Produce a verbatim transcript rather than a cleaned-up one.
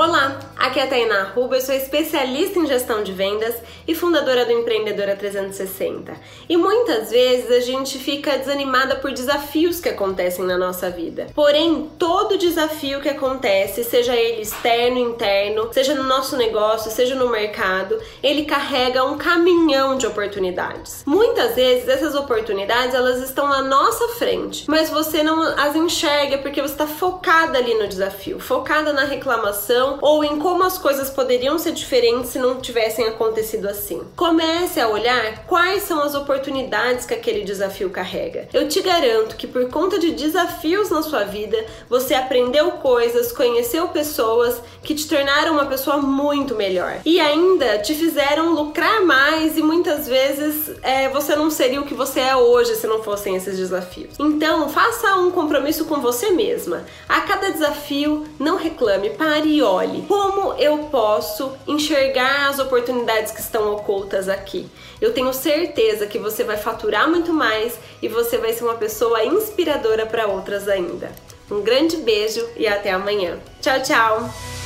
Olá, aqui é a Tainá Arruba, eu sou especialista em gestão de vendas e fundadora do Empreendedora trezentos e sessenta. E muitas vezes a gente fica desanimada por desafios que acontecem na nossa vida. Porém, todo desafio que acontece, seja ele externo, interno, seja no nosso negócio, seja no mercado, ele carrega um caminhão de oportunidades. Muitas vezes essas oportunidades elas estão na nossa frente, mas você não as enxerga porque você está focada ali no desafio, focada na reclamação ou em como as coisas poderiam ser diferentes se não tivessem acontecido assim. Comece a olhar quais são as oportunidades que aquele desafio carrega. Eu te garanto que por conta de desafios na sua vida, você aprendeu coisas, conheceu pessoas que te tornaram uma pessoa muito melhor e ainda te fizeram lucrar mais e muitas vezes é, você não seria o que você é hoje se não fossem esses desafios. Então, faça um compromisso com você mesma. A cada desafio, não reclame, pare e olhe. Como eu posso enxergar as oportunidades que estão ocultas aqui? Eu tenho certeza que você vai faturar muito mais e você vai ser uma pessoa inspiradora para outras ainda. Um grande beijo e até amanhã. Tchau, tchau!